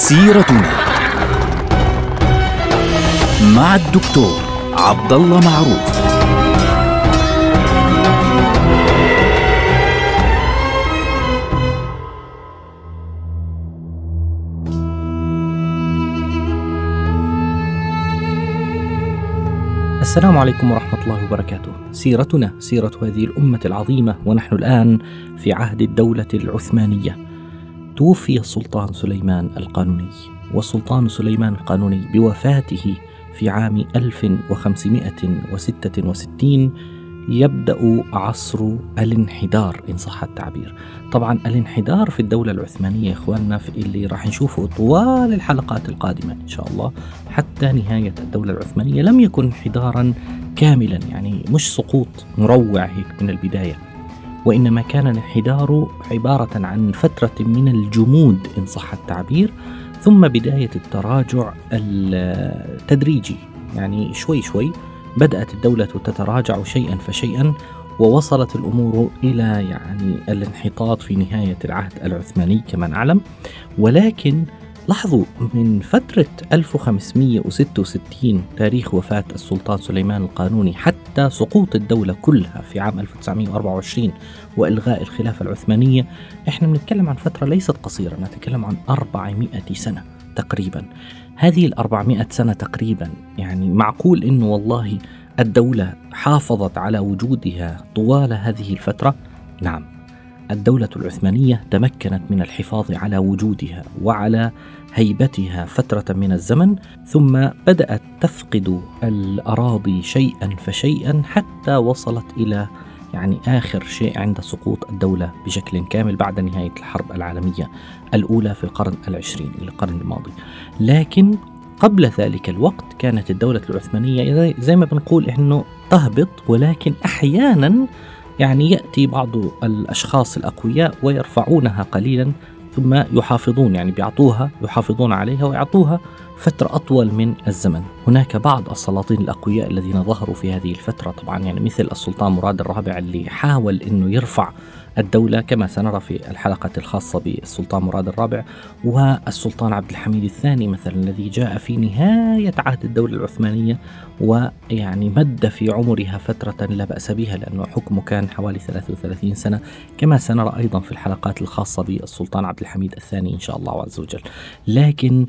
سيرتنا مع الدكتور عبد الله معروف. السلام عليكم ورحمة الله وبركاته. سيرتنا سيرة هذه الأمة العظيمة، ونحن الآن في عهد الدولة العثمانية. توفي السلطان سليمان القانوني، والسلطان سليمان القانوني بوفاته في عام 1566 يبدأ عصر الانحدار إن صح التعبير. طبعا الانحدار في الدولة العثمانية يا إخواننا في اللي راح نشوفه طوال الحلقات القادمة إن شاء الله حتى نهاية الدولة العثمانية لم يكن انحدارا كاملا، يعني مش سقوط مروع هيك من البداية، وإنما كان الانحدار عبارة عن فترة من الجمود إن صح التعبير، ثم بداية التراجع التدريجي، يعني شوي شوي بدأت الدولة تتراجع شيئا فشيئا، ووصلت الأمور إلى يعني الانحطاط في نهاية العهد العثماني كما نعلم. ولكن لاحظوا من فترة 1566 تاريخ وفاة السلطان سليمان القانوني حتى سقوط الدولة كلها في عام 1924 وإلغاء الخلافة العثمانية، احنا بنتكلم عن فترة ليست قصيرة، نتكلم عن 400 سنة تقريبا. هذه 400 سنة تقريبا يعني معقول إنه والله الدولة حافظت على وجودها طوال هذه الفترة؟ نعم، الدولة العثمانية تمكنت من الحفاظ على وجودها وعلى هيبتها فترة من الزمن، ثم بدأت تفقد الأراضي شيئا فشيئا حتى وصلت إلى يعني آخر شيء عند سقوط الدولة بشكل كامل بعد نهاية الحرب العالمية الأولى في القرن العشرين، القرن الماضي. لكن قبل ذلك الوقت كانت الدولة العثمانية زي ما بنقول إنه تهبط، ولكن أحيانا يعني يأتي بعض الأشخاص الأقوياء ويرفعونها قليلا ثم يحافظون، يعني يحافظون عليها ويعطوها فترة أطول من الزمن. هناك بعض السلاطين الأقوياء الذين ظهروا في هذه الفترة طبعا، يعني مثل السلطان مراد الرابع اللي حاول أنه يرفع الدولة كما سنرى في الحلقة الخاصة بالسلطان مراد الرابع، والسلطان عبد الحميد الثاني مثلا الذي جاء في نهاية عهد الدولة العثمانية ويعني مد في عمرها فترة لا بأس بها لأنه حكمه كان حوالي 33 سنة كما سنرى أيضا في الحلقات الخاصة بالسلطان عبد الحميد الثاني إن شاء الله عز وجل. لكن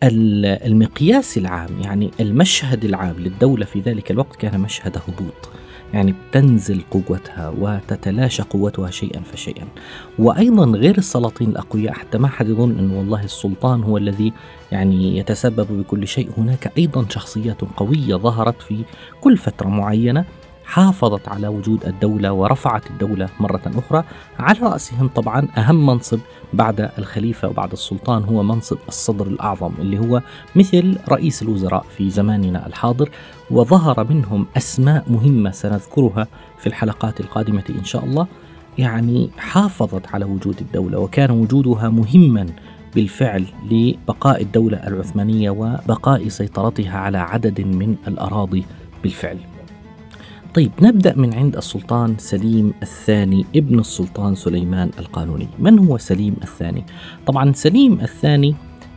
المقياس العام، يعني المشهد العام للدولة في ذلك الوقت كان مشهد هبوط، يعني بتنزل قوتها وتتلاشى قوتها شيئا فشيئا. وأيضا غير السلاطين الأقوياء، حتى ما حد يظن أن والله السلطان هو الذي يعني يتسبب بكل شيء، هناك أيضا شخصيات قوية ظهرت في كل فترة معينة حافظت على وجود الدولة ورفعت الدولة مرة أخرى. على رأسهم طبعا أهم منصب بعد الخليفة وبعد السلطان هو منصب الصدر الأعظم، اللي هو مثل رئيس الوزراء في زماننا الحاضر، وظهر منهم أسماء مهمة سنذكرها في الحلقات القادمة إن شاء الله، يعني حافظت على وجود الدولة وكان وجودها مهما بالفعل لبقاء الدولة العثمانية وبقاء سيطرتها على عدد من الأراضي بالفعل. طيب نبدأ من عند السلطان سليم الثاني ابن السلطان سليمان القانوني. من هو سليم الثاني؟ طبعا سليم الثاني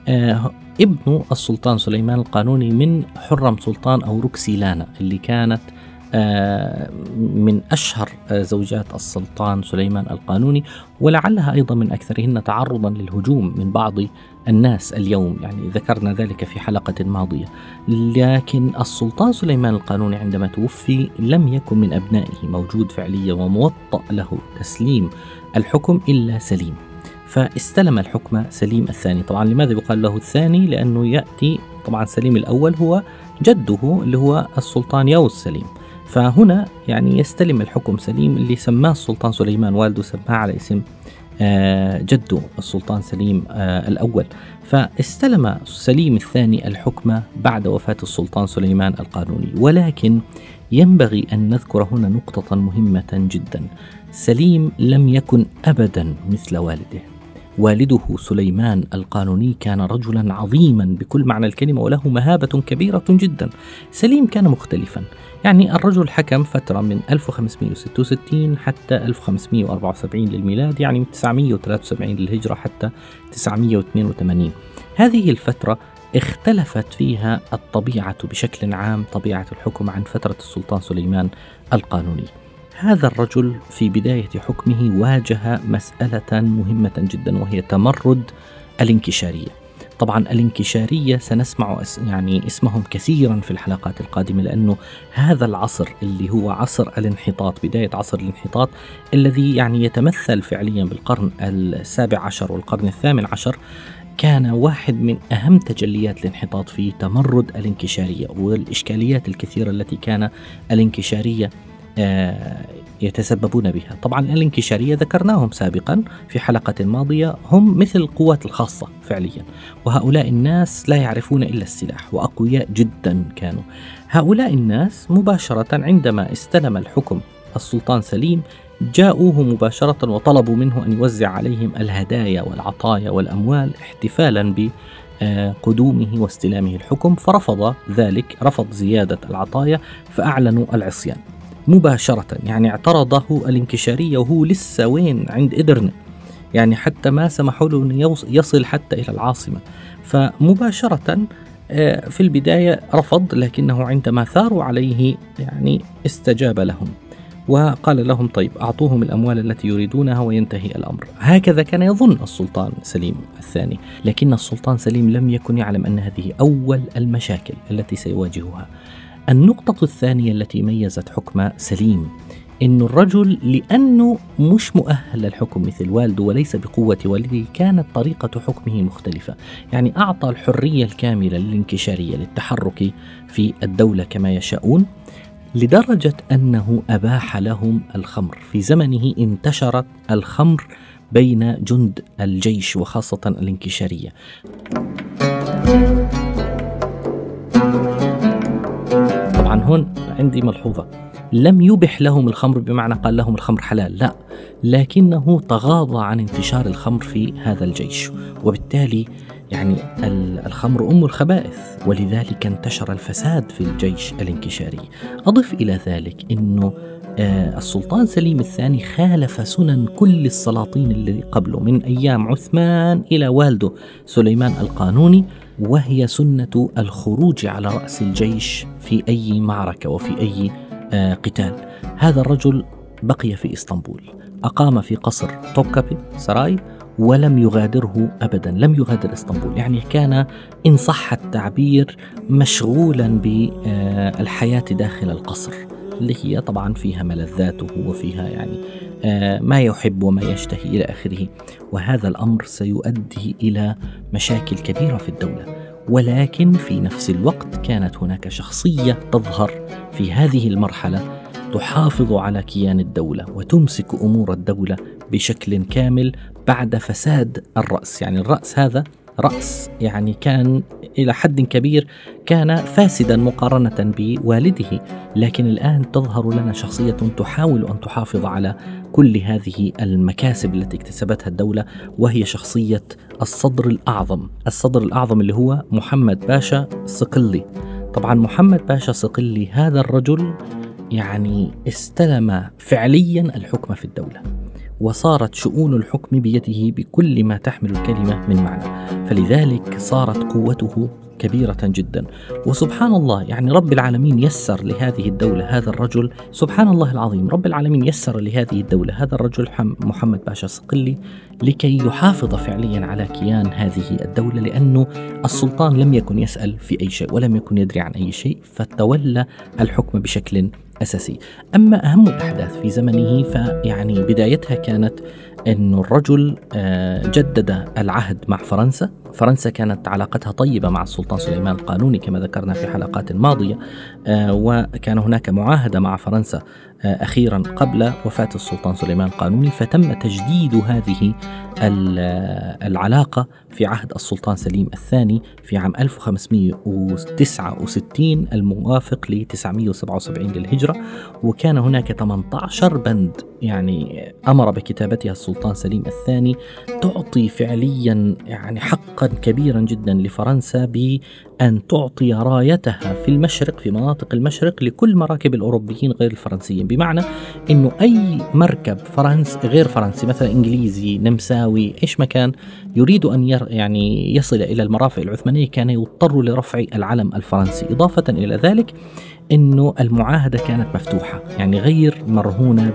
ابن السلطان سليمان القانوني من حرم سلطان أو روكسيلانا اللي كانت من أشهر زوجات السلطان سليمان القانوني، ولعلها أيضا من أكثرهن تعرضا للهجوم من بعض الناس اليوم، يعني ذكرنا ذلك في حلقة ماضية. لكن السلطان سليمان القانوني عندما توفي لم يكن من أبنائه موجود فعليا وموطأ له تسليم الحكم إلا سليم، فاستلم الحكم سليم الثاني. طبعا لماذا يقال له الثاني؟ لأنه يأتي طبعا سليم الأول هو جده اللي هو السلطان ياوز سليم، فهنا يعني يستلم الحكم سليم اللي سماه السلطان سليمان والده، سماه على اسم جده السلطان سليم الأول. فاستلم سليم الثاني الحكم بعد وفاة السلطان سليمان القانوني. ولكن ينبغي أن نذكر هنا نقطة مهمة جدا، سليم لم يكن أبدا مثل والده سليمان القانوني كان رجلا عظيما بكل معنى الكلمة وله مهابة كبيرة جدا. سليم كان مختلفا، يعني الرجل حكم فترة من 1566 حتى 1574 للميلاد، يعني من 973 للهجرة حتى 982. هذه الفترة اختلفت فيها الطبيعة بشكل عام، طبيعة الحكم، عن فترة السلطان سليمان القانوني. هذا الرجل في بداية حكمه واجه مسألة مهمة جدا، وهي تمرد الانكشارية. طبعا الانكشارية سنسمع يعني اسمهم كثيرا في الحلقات القادمة، لأنه هذا العصر اللي هو عصر الانحطاط، بداية عصر الانحطاط الذي يعني يتمثل فعليا بالقرن السابع عشر والقرن الثامن عشر، كان واحد من أهم تجليات الانحطاط في تمرد الانكشارية والإشكاليات الكثيرة التي كان الانكشارية يتسببون بها. طبعا الانكشارية ذكرناهم سابقا في حلقة ماضية، هم مثل القوات الخاصة فعليا، وهؤلاء الناس لا يعرفون إلا السلاح، وأقوياء جدا كانوا. هؤلاء الناس مباشرة عندما استلم الحكم السلطان سليم جاءوه مباشرة وطلبوا منه أن يوزع عليهم الهدايا والعطايا والأموال احتفالا بقدومه واستلامه الحكم، فرفض ذلك، رفض زيادة العطايا، فأعلنوا العصيان مباشرة. يعني اعترضه الانكشارية وهو لسه وين عند إدرنة، يعني حتى ما سمحوا له أن يصل حتى إلى العاصمة. فمباشرة في البداية رفض، لكنه عندما ثاروا عليه يعني استجاب لهم وقال لهم طيب أعطوهم الأموال التي يريدونها وينتهي الأمر. هكذا كان يظن السلطان سليم الثاني، لكن السلطان سليم لم يكن يعلم أن هذه أول المشاكل التي سيواجهها. النقطة الثانية التي ميزت حكم سليم إن الرجل لأنه مش مؤهل للحكم مثل والده وليس بقوة والده، كانت طريقة حكمه مختلفة. يعني أعطى الحرية الكاملة للانكشارية للتحرك في الدولة كما يشاءون، لدرجة أنه أباح لهم الخمر. في زمنه انتشرت الخمر بين جند الجيش وخاصة الانكشارية. طبعا هون عندي ملحوظة، لم يبح لهم الخمر بمعنى قال لهم الخمر حلال، لا، لكنه تغاضى عن انتشار الخمر في هذا الجيش، وبالتالي يعني الخمر أم الخبائث، ولذلك انتشر الفساد في الجيش الانكشاري. أضف إلى ذلك أنه السلطان سليم الثاني خالف سنن كل السلاطين اللي قبله من أيام عثمان إلى والده سليمان القانوني، وهي سنة الخروج على رأس الجيش في أي معركة وفي أي قتال. هذا الرجل بقي في إسطنبول، أقام في قصر توبكابي سراي، ولم يغادره أبدا، لم يغادر إسطنبول. يعني كان إن صح التعبير مشغولا بالحياة داخل القصر، اللي هي طبعا فيها ملذاته وفيها يعني ما يحب وما يشتهي إلى آخره. وهذا الأمر سيؤدي إلى مشاكل كبيرة في الدولة، ولكن في نفس الوقت كانت هناك شخصية تظهر في هذه المرحلة تحافظ على كيان الدولة وتمسك أمور الدولة بشكل كامل بعد فساد الرأس. يعني الرأس هذا رأس يعني كان إلى حد كبير كان فاسدا مقارنة بوالده، لكن الآن تظهر لنا شخصية تحاول أن تحافظ على كل هذه المكاسب التي اكتسبتها الدولة، وهي شخصية الصدر الأعظم. الصدر الأعظم اللي هو محمد باشا صقلي. طبعا محمد باشا صقلي هذا الرجل يعني استلم فعليا الحكم في الدولة، وصارت شؤون الحكم بيده بكل ما تحمل الكلمة من معنى، فلذلك صارت قوته كبيرة جدا. وسبحان الله، يعني رب العالمين يسر لهذه الدولة هذا الرجل، سبحان الله العظيم، رب العالمين يسر لهذه الدولة هذا الرجل محمد باشا صقلي لكي يحافظ فعليا على كيان هذه الدولة، لأنه السلطان لم يكن يسأل في أي شيء ولم يكن يدري عن أي شيء، فتولى الحكم بشكل أساسي. أما أهم الأحداث في زمنه فيعني بدايتها كانت أن الرجل جدد العهد مع فرنسا. فرنسا كانت علاقتها طيبة مع السلطان سليمان القانوني كما ذكرنا في حلقات ماضية، وكان هناك معاهدة مع فرنسا أخيرا قبل وفاة السلطان سليمان القانوني، فتم تجديد هذه العلاقة في عهد السلطان سليم الثاني في عام 1569 الموافق ل 977 للهجرة. وكان هناك 18 بند يعني أمر بكتابتها السلطان سليم الثاني تعطي فعليا يعني حق حقا كبيرا جدا لفرنسا بأن تعطي رايتها في المشرق، في مناطق المشرق، لكل مراكب الأوروبيين غير الفرنسيين. بمعنى أنه أي مركب غير فرنسي، مثلا إنجليزي، نمساوي، إيش مكان يريد أن يعني يصل إلى المرافق العثمانية كان يضطر لرفع العلم الفرنسي. إضافة إلى ذلك أنه المعاهدة كانت مفتوحة، يعني غير مرهونة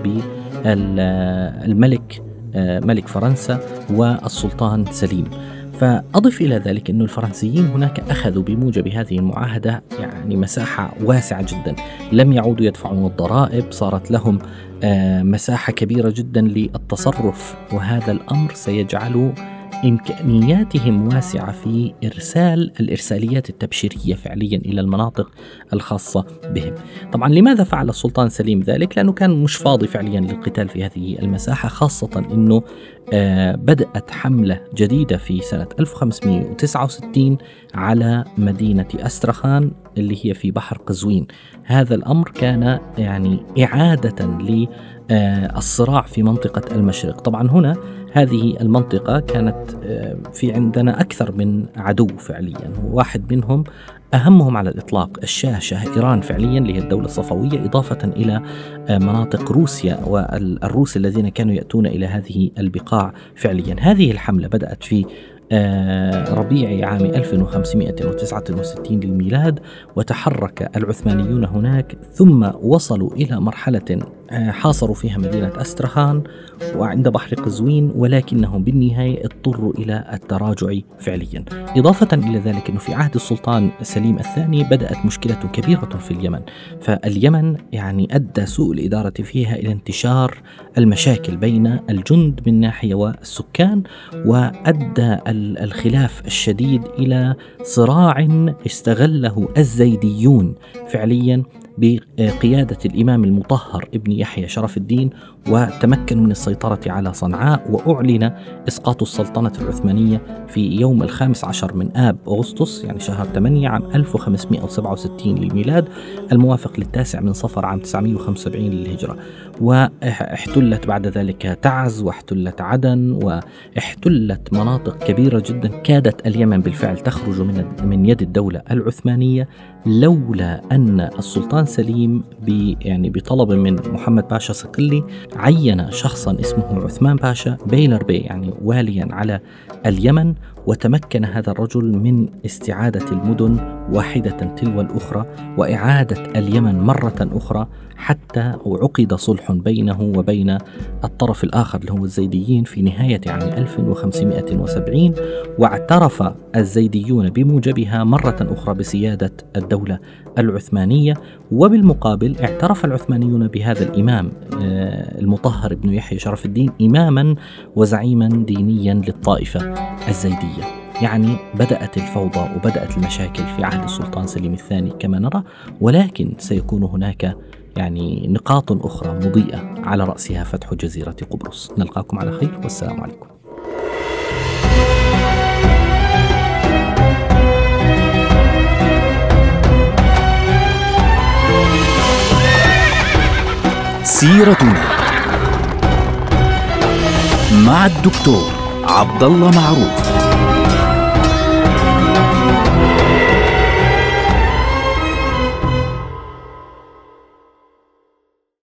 بالملك ملك فرنسا والسلطان سليم. فأضف إلى ذلك أن الفرنسيين هناك أخذوا بموجب هذه المعاهدة يعني مساحة واسعة جدا، لم يعودوا يدفعون الضرائب، صارت لهم مساحة كبيرة جدا للتصرف، وهذا الأمر سيجعل إمكانياتهم واسعة في إرسال الإرساليات التبشيرية فعليا إلى المناطق الخاصة بهم. طبعا لماذا فعل السلطان سليم ذلك؟ لأنه كان مش فاضي فعليا للقتال في هذه المساحة، خاصة أنه بدأت حملة جديدة في سنة 1569 على مدينة أسترخان اللي هي في بحر قزوين. هذا الأمر كان يعني إعادة للصراع في منطقة المشرق. طبعا هنا هذه المنطقة كانت في عندنا أكثر من عدو فعليا، واحد منهم أهمهم على الإطلاق شاه إيران فعليا اللي هي الدولة الصفوية، إضافة إلى مناطق روسيا والروس الذين كانوا يأتون إلى هذه البقاع فعليا. هذه الحملة بدأت في ربيع عام 1569 للميلاد، وتحرك العثمانيون هناك، ثم وصلوا إلى مرحلة حاصروا فيها مدينة أسترخان وعند بحر قزوين، ولكنهم بالنهاية اضطروا إلى التراجع فعليا. إضافة إلى ذلك أنه في عهد السلطان سليم الثاني بدأت مشكلة كبيرة في اليمن، فاليمن يعني أدى سوء الإدارة فيها إلى انتشار المشاكل بين الجند من ناحية والسكان، وأدى الخلاف الشديد إلى صراع استغله الزيديون فعليا بقيادة الإمام المطهر ابن يحيى شرف الدين، وتمكنوا من السيطرة على صنعاء، وأعلن إسقاط السلطنة العثمانية في يوم 15 من آب أغسطس، يعني شهر 8 عام 1567 للميلاد، الموافق للتاسع من صفر عام 975 للهجرة. واحتلت بعد ذلك تعز، واحتلت عدن، واحتلت مناطق كبيرة جدا. كادت اليمن بالفعل تخرج من يد الدولة العثمانية، لولا أن السلطان سليم بطلب من محمد باشا صقلي عين شخصا اسمه عثمان باشا بيلر بي، يعني واليا على اليمن، وتمكن هذا الرجل من استعادة المدن واحدة تلو الأخرى وإعادة اليمن مرة أخرى، حتى عقد صلح بينه وبين الطرف الآخر اللي هو الزيديين في نهاية عام 1570، واعترف الزيديون بموجبها مرة أخرى بسيادة الدولة العثمانية. وبالمقابل اعترف العثمانيون بهذا الإمام المطهر ابن يحيى شرف الدين إماما وزعيما دينيا للطائفة الزيدية. يعني بدأت الفوضى وبدأت المشاكل في عهد السلطان سليم الثاني كما نرى، ولكن سيكون هناك يعني نقاط أخرى مضيئة على رأسها فتح جزيرة قبرص. نلقاكم على خير، والسلام عليكم. سيرتنا مع الدكتور عبد الله معروف.